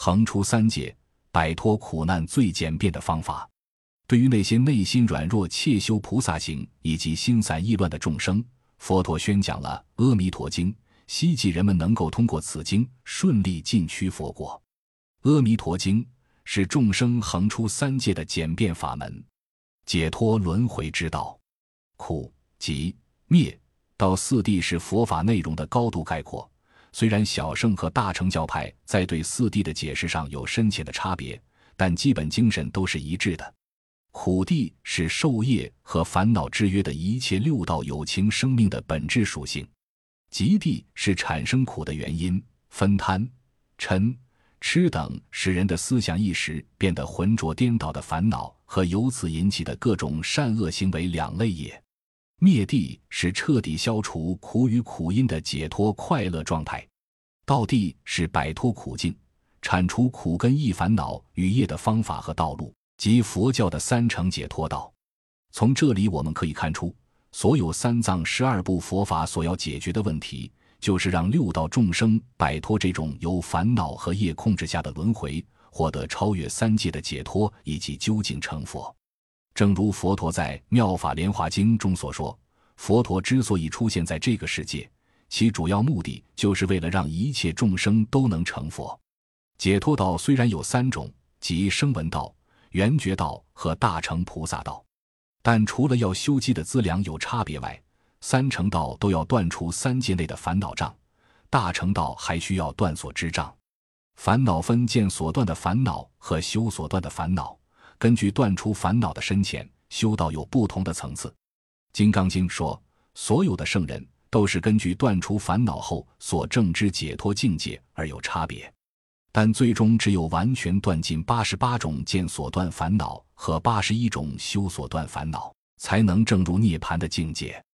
横出三界，摆脱苦难最简便的方法。对于那些内心软弱切修菩萨行以及心散意乱的众生，佛陀宣讲了《阿弥陀经》，希冀人们能够通过此经顺利进趋佛国。《阿弥陀经》是众生横出三界的简便法门，解脱轮回之道。苦、集、灭、道四谛是佛法内容的高度概括。虽然小乘和大乘教派在对四谛的解释上有深浅的差别，但基本精神都是一致的。苦谛是受业和烦恼制约的一切六道有情生命的本质属性。集谛是产生苦的原因，分贪、嗔、痴等使人的思想意识变得浑浊颠倒的烦恼和由此引起的各种善恶行为两类业。灭谛是彻底消除苦与苦因的解脱快乐状态。道谛是摆脱苦境、铲除苦根易烦恼与业的方法和道路，即佛教的三乘解脱道。从这里我们可以看出，所有三藏12部佛法所要解决的问题，就是让六道众生摆脱这种由烦恼和业控制下的轮回，获得超越三界的解脱，以及究竟成佛。正如佛陀在《妙法莲华经》中所说，佛陀之所以出现在这个世界，其主要目的就是为了让一切众生都能成佛。解脱道虽然有3种，即声闻道、缘觉道和大乘菩萨道，但除了要修积的资粮有差别外，三乘道都要断除三界内的烦恼障，大乘道还需要断所知障。烦恼分见所断的烦恼和修所断的烦恼，根据断除烦恼的深浅，修道有不同的层次。金刚经说，所有的圣人都是根据断除烦恼后所证之解脱境界而有差别，但最终只有完全断尽88种见所断烦恼和81种修所断烦恼，才能证入涅槃的境界。